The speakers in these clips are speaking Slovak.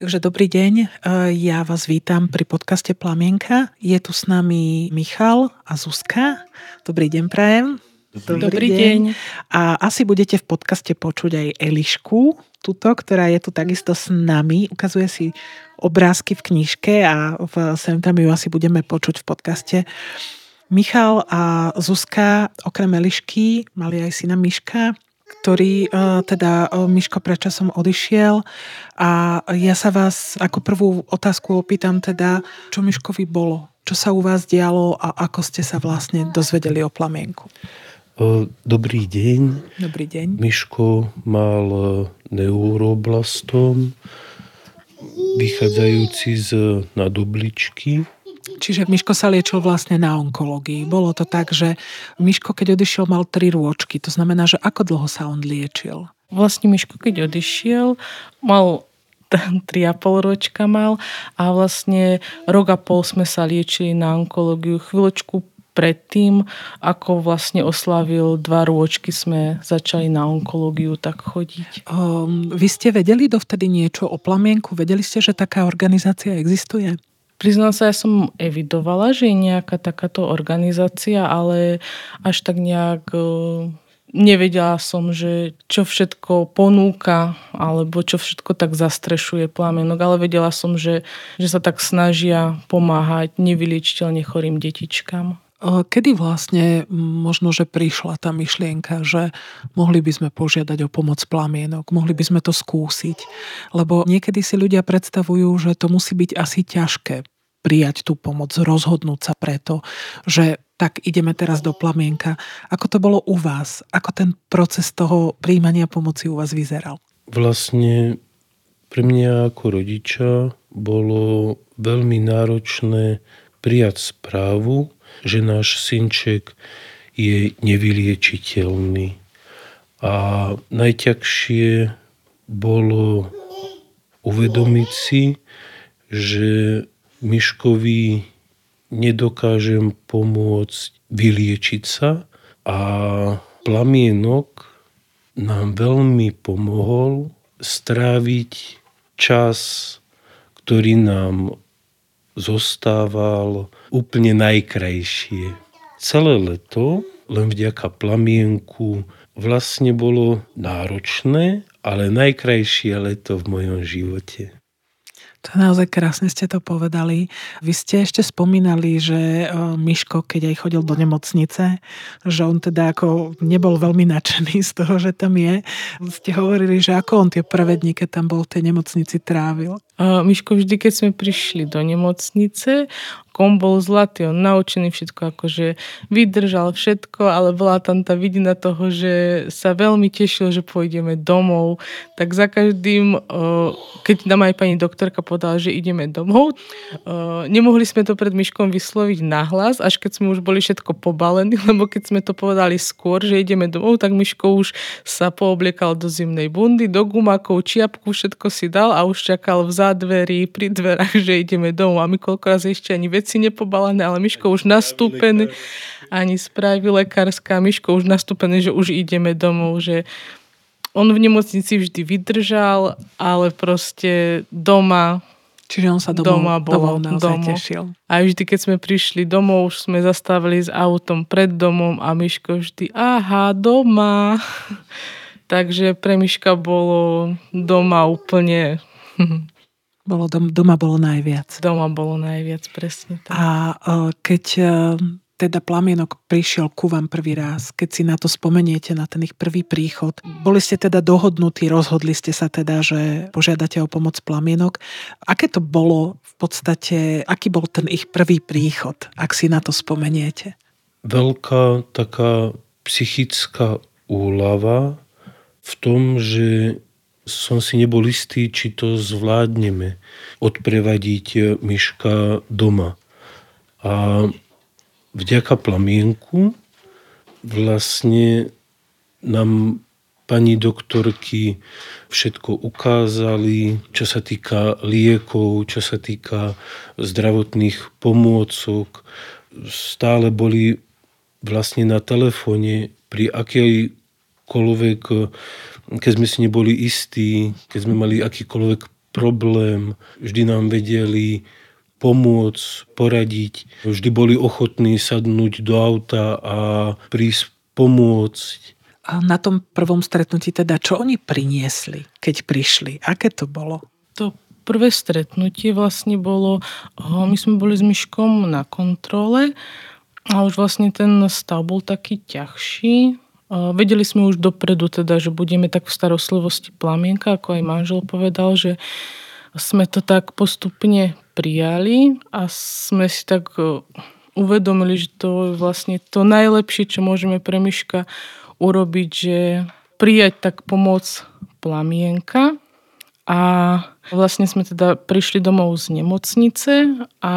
Takže dobrý deň, ja vás vítam pri podcaste Plamienka. Je tu s nami Michal a Zuzka. Dobrý deň prajem. Dobrý deň. A asi budete v podcaste počuť aj Elišku, ktorá je tu takisto s nami. Ukazuje si obrázky v knižke a sem tam ju asi budeme počuť v podcaste. Michal a Zuzka, okrem Elišky, mali aj syna Miška, ktorý Miško predčasom odišiel, a ja sa vás ako prvú otázku opýtam teda, čo Miškovi bolo? Čo sa u vás dialo a ako ste sa vlastne dozvedeli o Plamienku? Dobrý deň. Dobrý deň. Miško mal neuroblastom vychádzajúci z nadobličky. Čiže Miško sa liečil vlastne na onkológii. Bolo to tak, že Miško, keď odišiel, mal 3 rôčky. To znamená, že ako dlho sa on liečil? Vlastne Miško, keď odišiel, mal 3,5 ročka mal a vlastne rok a pol sme sa liečili na onkológiu. Chvíľočku predtým, ako vlastne oslavil 2 rôčky, sme začali na onkológiu tak chodiť. Vy ste vedeli dovtedy niečo o Plamienku? Vedeli ste, že taká organizácia existuje? Priznám sa, ja som evidovala, že je nejaká takáto organizácia, ale až tak nejak nevedela som, že čo všetko ponúka, alebo čo všetko tak zastrešuje Plamienok, ale vedela som, že sa tak snažia pomáhať nevyliečiteľne chorým detičkám. Kedy vlastne možno, že prišla tá myšlienka, že mohli by sme požiadať o pomoc Plamienok, mohli by sme to skúsiť? Lebo niekedy si ľudia predstavujú, že to musí byť asi ťažké prijať tú pomoc, rozhodnúť sa preto, že tak ideme teraz do Plamienka. Ako to bolo u vás? Ako ten proces toho prijímania pomoci u vás vyzeral? Vlastne pre mňa ako rodiča bolo veľmi náročné prijať správu, že náš synček je nevyliečiteľný. A najťažšie bolo uvedomiť si, že Miškovi nedokážem pomôcť vyliečiť sa, a Plamienok nám veľmi pomohol stráviť čas, ktorý nám zostával úplne najkrajšie. Celé leto, len vďaka Plamienku, vlastne bolo náročné, ale najkrajšie leto v mojom živote. To naozaj krásne ste to povedali. Vy ste ešte spomínali, že Miško, keď aj chodil do nemocnice, že on teda ako nebol veľmi nadšený z toho, že tam je. Ste hovorili, že ako on tie prvé dni, keď tam bol v tej nemocnici, trávil? Miško vždy, keď sme prišli do nemocnice, on bol zlatý, on naučený všetko, akože vydržal všetko, ale bola tam tá vidina toho, že sa veľmi tešil, že pôjdeme domov. Tak za každým, keď nám aj pani doktorka povedala, že ideme domov, nemohli sme to pred Miškom vysloviť nahlas, až keď sme už boli všetko pobalení, lebo keď sme to povedali skôr, že ideme domov, tak Miško už sa poobliekal do zimnej bundy, do gumákov, čiapku, všetko si dal a už čakal v zádverí, pri dverách, že ideme domov. A my koľko raz ešte ani veci nepobalené, ale Miško už nastúpený, ani správy lekárska, Miško už nastúpený, že už ideme domov, že on v nemocnici vždy vydržal, ale proste doma. Čiže on sa domov naozaj tešil. A vždy, keď sme prišli domov, už sme zastávali s autom pred domom a Miško vždy, doma. Takže pre Miška bolo doma úplne... Doma bolo najviac. Doma bolo najviac, presne tak. A keď teda Plamienok prišiel ku vám prvý raz, keď si na to spomeniete, na ten ich prvý príchod, boli ste teda dohodnutí, rozhodli ste sa teda, že požiadate o pomoc Plamienok. Aké to bolo v podstate, aký bol ten ich prvý príchod, ak si na to spomeniete? Veľká taká psychická úľava v tom, že som si nebol istý, či to zvládneme odprevadiť Miška doma. A vďaka Plamienku vlastne nám pani doktorky všetko ukázali, čo sa týka liekov, čo sa týka zdravotných pomôcok. Stále boli vlastne na telefóne pri akejkoľvek, keď sme si neboli istí, keď sme mali akýkoľvek problém, vždy nám vedeli pomôcť, poradiť. Vždy boli ochotní sadnúť do auta a prísť pomôcť. A na tom prvom stretnutí teda, čo oni priniesli, keď prišli? Aké to bolo? To prvé stretnutie vlastne bolo, my sme boli s Miškom na kontrole a už vlastne ten stav bol taký ťažší. Vedeli sme už dopredu teda, že budeme tak v starostlivosti Plamienka, ako aj manžel povedal, že sme to tak postupne prijali a sme si tak uvedomili, že to je vlastne to najlepšie, čo môžeme pre Miška urobiť, že prijať tak pomoc Plamienka. A vlastne sme teda prišli domov z nemocnice a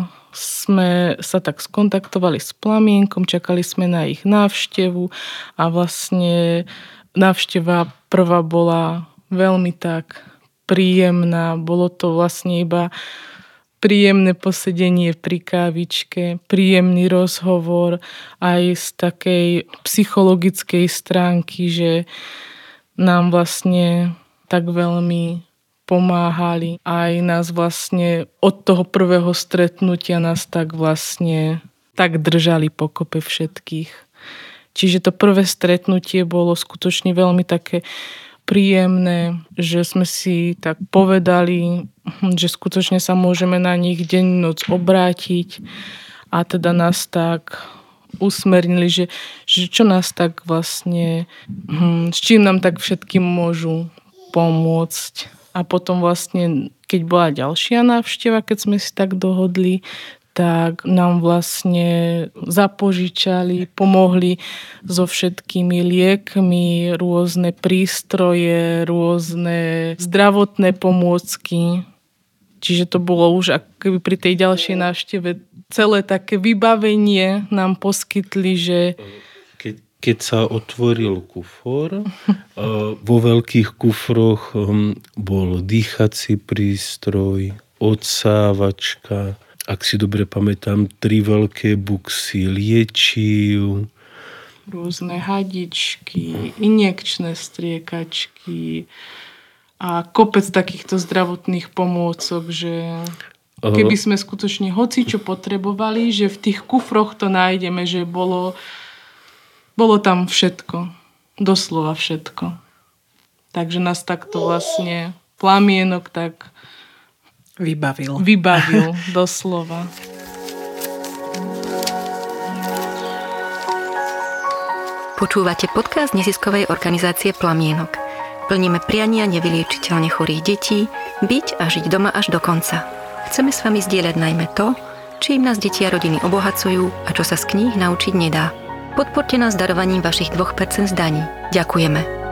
sme sa tak skontaktovali s Plamienkom, čakali sme na ich návštevu a vlastne návšteva prvá bola veľmi tak príjemná. Bolo to vlastne iba príjemné posedenie pri kávičke, príjemný rozhovor aj z takej psychologickej stránky, že nám vlastne tak veľmi pomáhali. Aj nás vlastne od toho prvého stretnutia nás tak vlastne tak držali pokope všetkých. Čiže to prvé stretnutie bolo skutočne veľmi také príjemné, že sme si tak povedali, že skutočne sa môžeme na nich deň noc obrátiť a teda nás tak usmernili, že čo nás tak vlastne, s čím nám tak všetkým môžu pomôcť. A potom vlastne, keď bola ďalšia návšteva, keď sme si tak dohodli, tak nám vlastne zapožičali, pomohli so všetkými liekmi, rôzne prístroje, rôzne zdravotné pomôcky. Čiže to bolo už ako keby pri tej ďalšej návšteve celé také vybavenie nám poskytli, že keď sa otvoril kufor, vo veľkých kufroch bol dýchací prístroj, odsávačka, ak si dobre pamätám, 3 veľké buksy liečiv. Rôzne hadičky, injekčné striekačky a kopec takýchto zdravotných pomôcok, že keby sme skutočne hocičo potrebovali, že v tých kufroch to nájdeme, že bolo tam všetko. Doslova všetko. Takže nás takto vlastne Plamienok tak Vybavil, doslova. Počúvate podcast neziskovej organizácie Plamienok. Plníme priania nevyliečiteľne chorých detí, byť a žiť doma až do konca. Chceme s vami zdieľať najmä to, čím nás deti a rodiny obohacujú a čo sa z kníh naučiť nedá. Podporte nás darovaním vašich 2% z daní. Ďakujeme.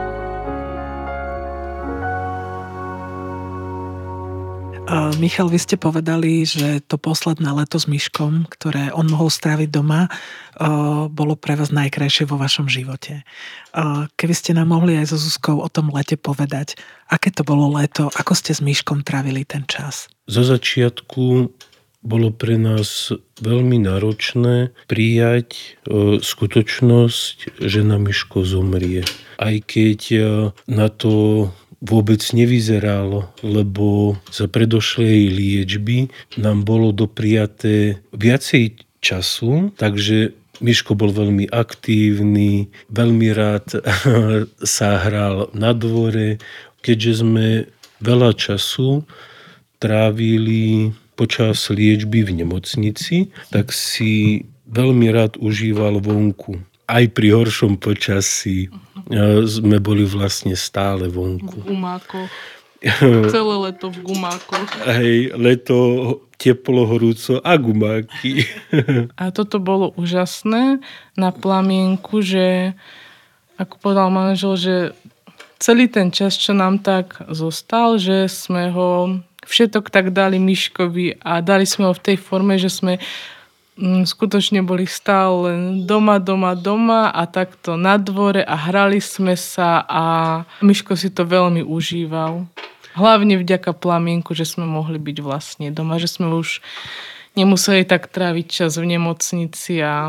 Michal, vy ste povedali, že to posledné leto s Miškom, ktoré on mohol stráviť doma, bolo pre vás najkrajšie vo vašom živote. Keby ste nám mohli aj so Zuzkou o tom lete povedať, aké to bolo leto, ako ste s Miškom trávili ten čas? Zo začiatku bolo pre nás veľmi náročné prijať skutočnosť, že na Miško zomrie. Aj keď na to vôbec nevyzeralo, lebo za predošlej liečby nám bolo dopriaté viacej času, takže Miško bol veľmi aktívny, veľmi rád sa hral na dvore. Keďže sme veľa času trávili počas liečby v nemocnici, tak si veľmi rád užíval vonku. Aj pri horšom počasí sme boli vlastne stále vonku. V gumákoch. Celé leto v gumákoch. Hej, leto, teplo, horúco a gumáky. A toto bolo úžasné na Plamienku, že ako povedal manžel, že celý ten čas, čo nám tak zostal, že sme ho všetok tak dali Miškovi a dali sme ho v tej forme, že sme skutočne boli stále len doma a takto na dvore a hrali sme sa a Miško si to veľmi užíval. Hlavne vďaka Plamienku, že sme mohli byť vlastne doma, že sme už nemuseli tak tráviť čas v nemocnici a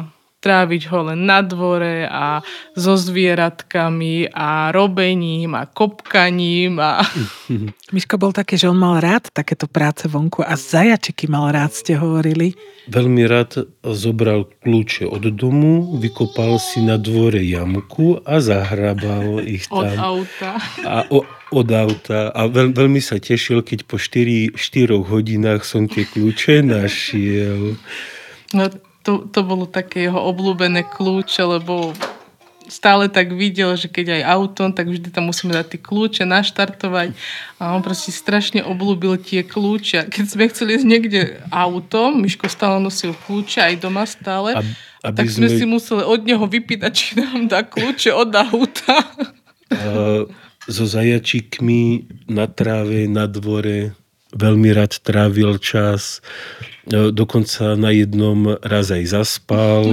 stráviť ho len na dvore a so zvieratkami a robením a kopkaním. Miško bol taký, že on mal rád takéto práce vonku a zajačiky mal rád, ste hovorili. Veľmi rád zobral kľúče od domu, vykopal si na dvore jamku a zahrabal ich tam. Od auta. Od auta. A veľmi sa tešil, keď po 4 hodinách som tie kľúče našiel. No, to bolo také jeho obľúbené kľúče, lebo stále tak videl, že keď aj autom, tak vždy tam musíme dať tie kľúče, naštartovať. A on proste strašne obľúbil tie kľúče. Keď sme chceli ísť niekde autom, Miško stále nosil kľúče, aj doma stále, tak sme si museli od neho vypýtať, či nám dá kľúče od auta. So zajačikmi na tráve, na dvore veľmi rád trávil čas. Dokonca na jednom raz aj zaspal.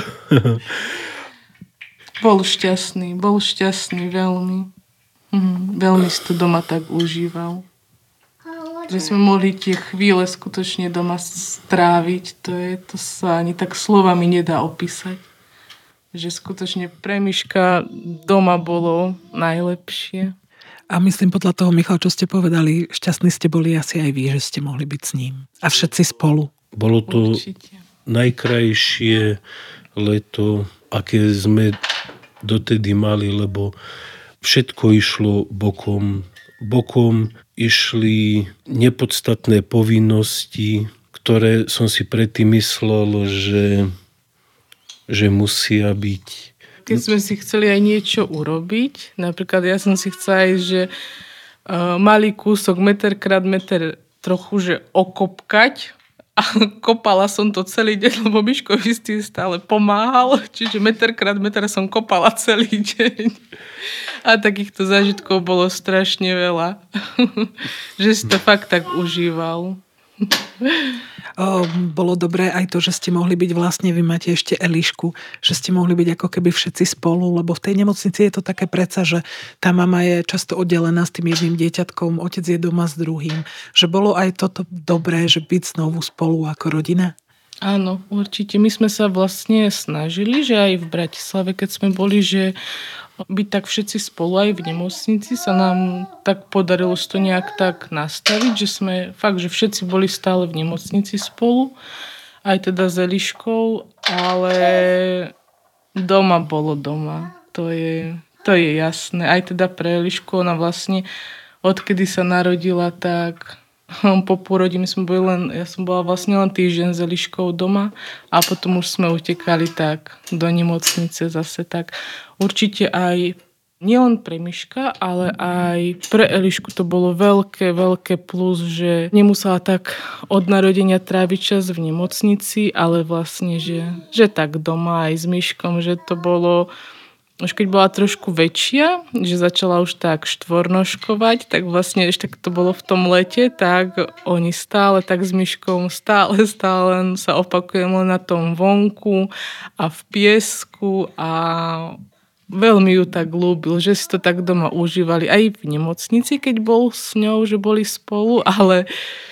Bol šťastný veľmi. Veľmi si to doma tak užíval. Že sme mohli tie chvíle skutočne doma stráviť, to sa ani tak slovami nedá opísať. Že skutočne pre Miška doma bolo najlepšie. A myslím podľa toho, Michal, čo ste povedali, šťastní ste boli asi aj vy, že ste mohli byť s ním. A všetci spolu. Bolo to Určite najkrajšie leto, aké sme dotedy mali, lebo všetko išlo bokom. Bokom išli nepodstatné povinnosti, ktoré som si predtým myslel, že musia byť. Keď sme si chceli aj niečo urobiť, napríklad ja som si chcela ísť, že malý kúsok, meter krát meter, trochu, že okopkať. A kopala som to celý deň, lebo Miško istý stále pomáhal. Čiže meter krát meter som kopala celý deň. A takýchto zážitkov bolo strašne veľa. Že si to fakt tak užíval. Bolo dobré aj to, že ste mohli byť vlastne, vy máte ešte Elišku, že ste mohli byť ako keby všetci spolu, lebo v tej nemocnici je to také predsa, že tá mama je často oddelená s tým jedným dieťatkom, otec je doma s druhým. Že bolo aj toto dobré, že byť znovu spolu ako rodina? Áno, určite. My sme sa vlastne snažili, že aj v Bratislave, keď sme boli, že byť tak všetci spolu aj v nemocnici, sa nám tak podarilo to nejak tak nastaviť, že sme fakt, že všetci boli stále v nemocnici spolu, aj teda s Eliškou, ale doma bolo doma. To je jasné. Aj teda pre Elišku, ona vlastne odkedy sa narodila, tak po pôrode ja som bola vlastne len týždeň s Eliškou doma a potom už sme utekali tak do nemocnice zase tak. Určite aj nielen pre Miška, ale aj pre Elišku to bolo veľké plus, že nemusela tak od narodenia tráviť čas v nemocnici, ale vlastne, že tak doma aj s Miškom, že to bolo. Už keď bola trošku väčšia, že začala už tak štvornožkovať, tak vlastne ešte keď to bolo v tom lete, tak oni stále tak s Miškom stále sa opakujem len na tom vonku a v piesku a veľmi ju tak ľúbil, že si to tak doma užívali aj v nemocnici, keď bol s ňou, že boli spolu, ale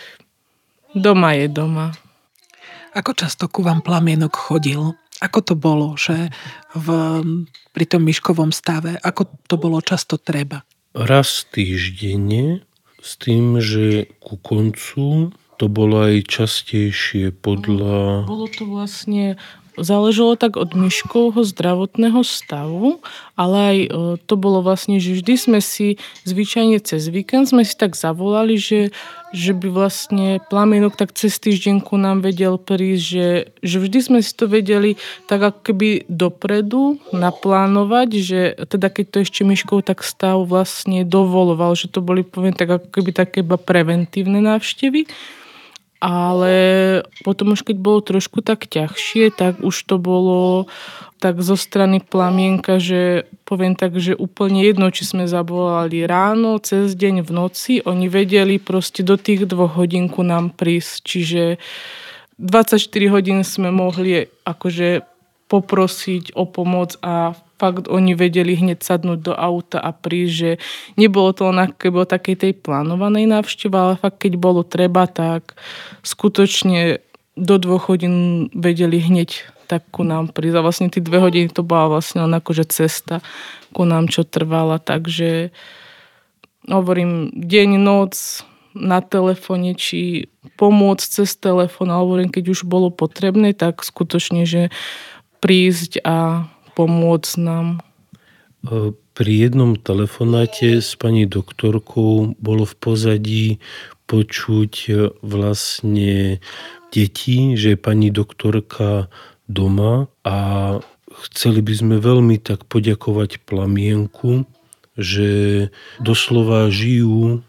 doma je doma. Ako často ku vám Plamienok chodil? Ako to bolo, že pri tom Miškovom stave, ako to bolo často treba? Raz týždenne, s tým, že ku koncu to bolo aj častejšie podľa. Bolo to vlastne, záležalo tak od Miškovho zdravotného stavu, ale aj to bolo vlastne, že vždy sme si zvyčajne cez víkend sme si tak zavolali, že by vlastne Plamienok tak cez týždenku nám vedel prísť, že vždy sme si to vedeli tak ako keby dopredu naplánovať, že teda keď to ešte Miškov tak stav vlastne dovoloval, že to boli poviem tak ako keby také iba preventívne návštevy. Ale potom už keď bolo trošku tak ťažšie, tak už to bolo tak zo strany Plamienka, že poviem tak, že úplne jedno, či sme zavolali ráno, cez deň, v noci, oni vedeli proste do tých 2 hodín ku nám prísť. Čiže 24 hodín sme mohli akože poprosiť o pomoc a fakt oni vedeli hneď sadnúť do auta a prísť, že nebolo to len ako takej tej plánovanej návšteve, ale fakt keď bolo treba, tak skutočne do 2 hodín vedeli hneď tak ku nám prísť. A vlastne tí 2 hodiny to bola vlastne len akože cesta ku nám, čo trvala. Takže hovorím, deň, noc na telefóne, či pomôcť cez telefón, ale hovorím, keď už bolo potrebné, tak skutočne, že prísť a pomôcť nám. Pri jednom telefonáte s pani doktorkou bolo v pozadí počuť vlastne deti, že je pani doktorka doma a chceli by sme veľmi tak poďakovať Plamienku, že doslova žijú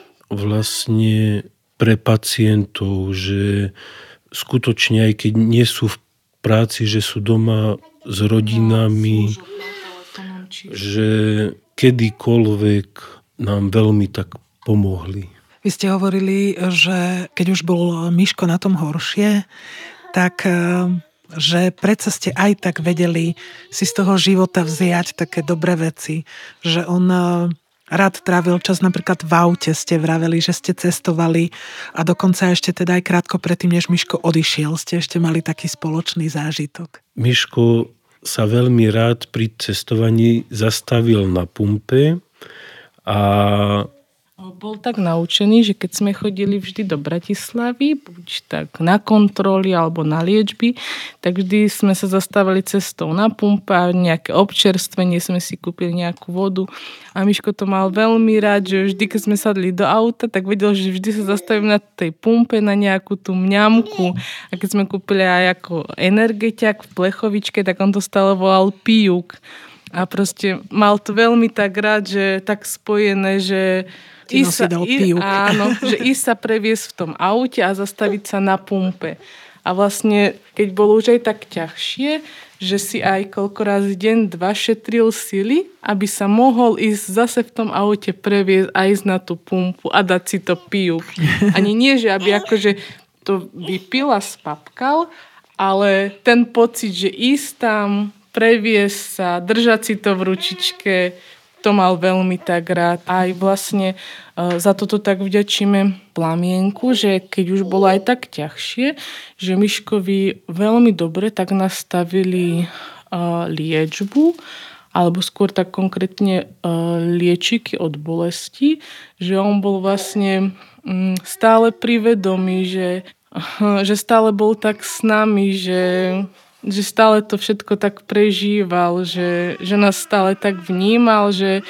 vlastne pre pacientov, že skutočne aj keď nie sú v práci, že sú doma s rodinami, že kedykoľvek nám veľmi tak pomohli. Vy ste hovorili, že keď už bol Miško na tom horšie, tak že predsa ste aj tak vedeli si z toho života vziať také dobré veci. Že on rád trávil čas napríklad v aute, ste vraveli, že ste cestovali a dokonca ešte teda aj krátko predtým, než Miško odišiel, ste ešte mali taký spoločný zážitok. Miško sa veľmi rád pri cestovaní zastavil na pumpe a bol tak naučený, že keď sme chodili vždy do Bratislavy, buď tak na kontroly alebo na liečby, tak vždy sme sa zastávali cestou na pumpe a nejaké občerstvenie, sme si kúpili nejakú vodu. A Miško to mal veľmi rád, že vždy, keď sme sadli do auta, tak vedel, že vždy sa zastavím na tej pumpe, na nejakú tú mňamku. A keď sme kúpili aj ako energetiak v plechovičke, tak on to stále volal pijuk. A proste mal to veľmi tak rád, že tak spojené, že áno, že ísť sa previesť v tom aute a zastaviť sa na pumpe. A vlastne, keď bolo už aj tak ťažšie, že si aj koľko razy deň 2 šetril sily, aby sa mohol ísť zase v tom aute previesť a ísť na tú pumpu a dať si to pijú. Ani nie, že aby akože to vypil a spapkal, ale ten pocit, že ísť tam, previesť sa, držať si to v ručičke, to mal veľmi tak rád. Aj vlastne za toto tak vďačíme Plamienku, že keď už bolo aj tak ťažšie, že Miškovi veľmi dobre tak nastavili liečbu, alebo skôr tak konkrétne liečiky od bolesti, že on bol vlastne stále pri vedomí, že stále bol tak s nami, že stále to všetko tak prežíval, že nás stále tak vnímal, že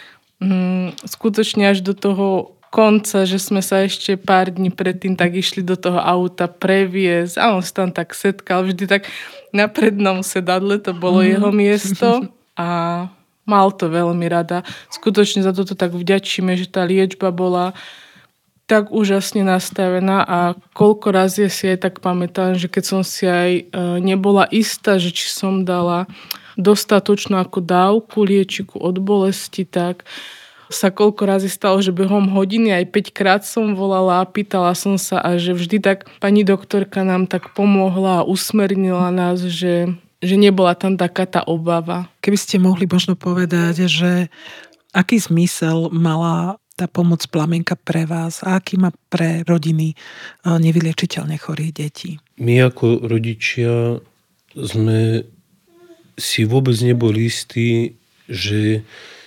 skutočne až do toho konca, že sme sa ešte pár dní predtým tak išli do toho auta previesť a on sa tam tak setkal vždy tak na prednom sedadle, to bolo jeho miesto a mal to veľmi rada. Skutočne za toto tak vďačíme, že tá liečba bola tak úžasne nastavená a koľko razy si aj tak pamätám, že keď som si aj nebola istá, že či som dala dostatočnú ako dávku liečiku od bolesti, tak sa koľko razy stalo, že behom hodiny aj 5 krát som volala a pýtala som sa a že vždy tak pani doktorka nám tak pomohla a usmernila nás, že nebola tam taká tá obava. Keby ste mohli možno povedať, že aký zmysel mala tá pomoc Plamienka pre vás a aký má pre rodiny nevyliečiteľne chorých detí? My ako rodičia sme si vôbec neboli istí, že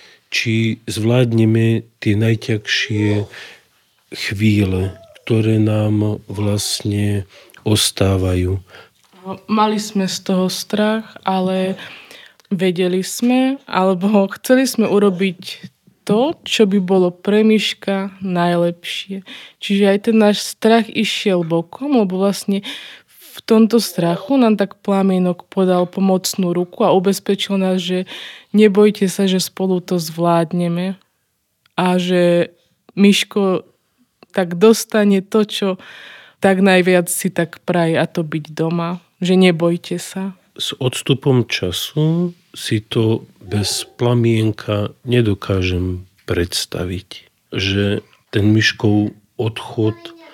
či zvládneme tie najťažšie chvíle, ktoré nám vlastne ostávajú. Mali sme z toho strach, ale vedeli sme, alebo chceli sme urobiť to, čo by bolo pre Miška najlepšie. Čiže aj ten náš strach išiel bokom, lebo vlastne v tomto strachu nám tak Plamienok podal pomocnú ruku a ubezpečil nás, že nebojte sa, že spolu to zvládneme a že Miško tak dostane to, čo tak najviac si tak praje, a to byť doma. Že nebojte sa. S odstupom času si to bez Plamienka nedokážem predstaviť, že ten Miškov odchod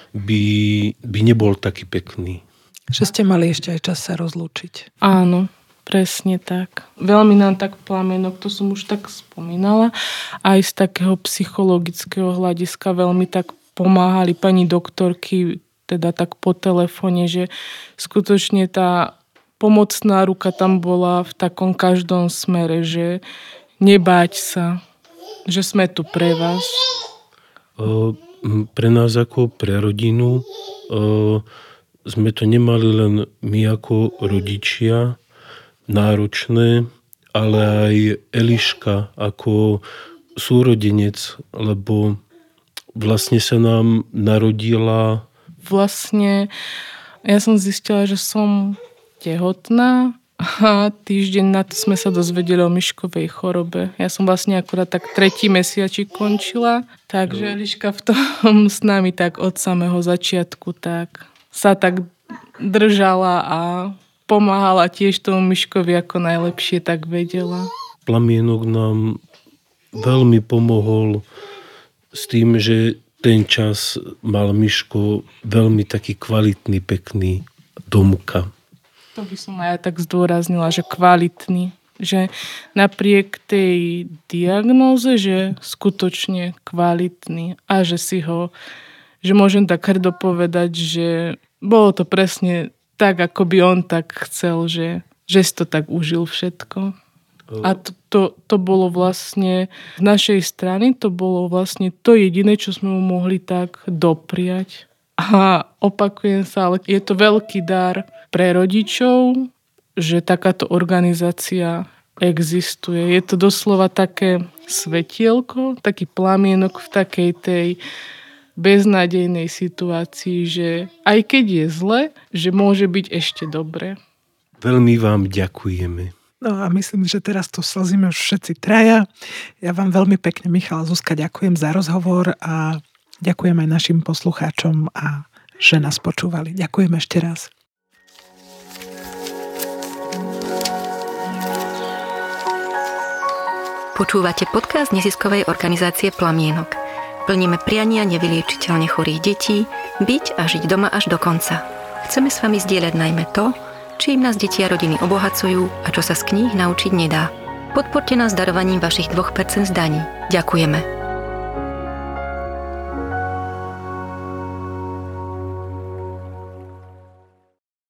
by nebol taký pekný. Že ste mali ešte aj čas sa rozlúčiť. Áno, presne tak. Veľmi nám tak Plamienok, to som už tak spomínala, aj z takého psychologického hľadiska veľmi tak pomáhali pani doktorky, teda tak po telefóne, že skutočne tá pomocná ruka tam bola v takom každom smere, že nebáť sa, že sme tu pre vás. Pre nás ako pre rodinu sme to nemali len my ako rodičia náročné, ale aj Eliška ako súrodenec, lebo vlastne sa nám narodila. Vlastne ja som zistila, že som tehotná a týždeň na to sme sa dozvedeli o Miškovej chorobe. Ja som vlastne akurát tak 3. mesiačik končila, takže Eliška v tom s nami tak od samého začiatku tak sa tak držala a pomáhala tiež tomu Miškovi ako najlepšie tak vedela. Plamienok nám veľmi pomohol s tým, že ten čas mal Miško veľmi taký kvalitný, pekný domka. To by som aj tak zdôraznila, že kvalitný. Že napriek tej diagnóze, že skutočne kvalitný a že si ho, že môžem tak hrdo povedať, že bolo to presne tak, ako by on tak chcel, že si to tak užil všetko. A to bolo vlastne z našej strany, to bolo vlastne to jediné, čo sme mu mohli tak dopriať. A opakujem sa, ale je to veľký dar pre rodičov, že takáto organizácia existuje. Je to doslova také svetielko, taký plamienok v takej tej beznádejnej situácii, že aj keď je zle, že môže byť ešte dobre. Veľmi vám ďakujeme. No a myslím, že teraz tu slzíme už všetci traja. Ja vám veľmi pekne, Michal a Zuzka, ďakujem za rozhovor a ďakujem aj našim poslucháčom a že nás počúvali. Ďakujem ešte raz. Počúvate podcast neziskovej organizácie Plamienok. Plníme priania nevyliečiteľne chorých detí, byť a žiť doma až do konca. Chceme s vami zdieľať najmä to, čím nás deti a rodiny obohacujú a čo sa z kníh naučiť nedá. Podporte nás darovaním vašich 2% z daní. Ďakujeme.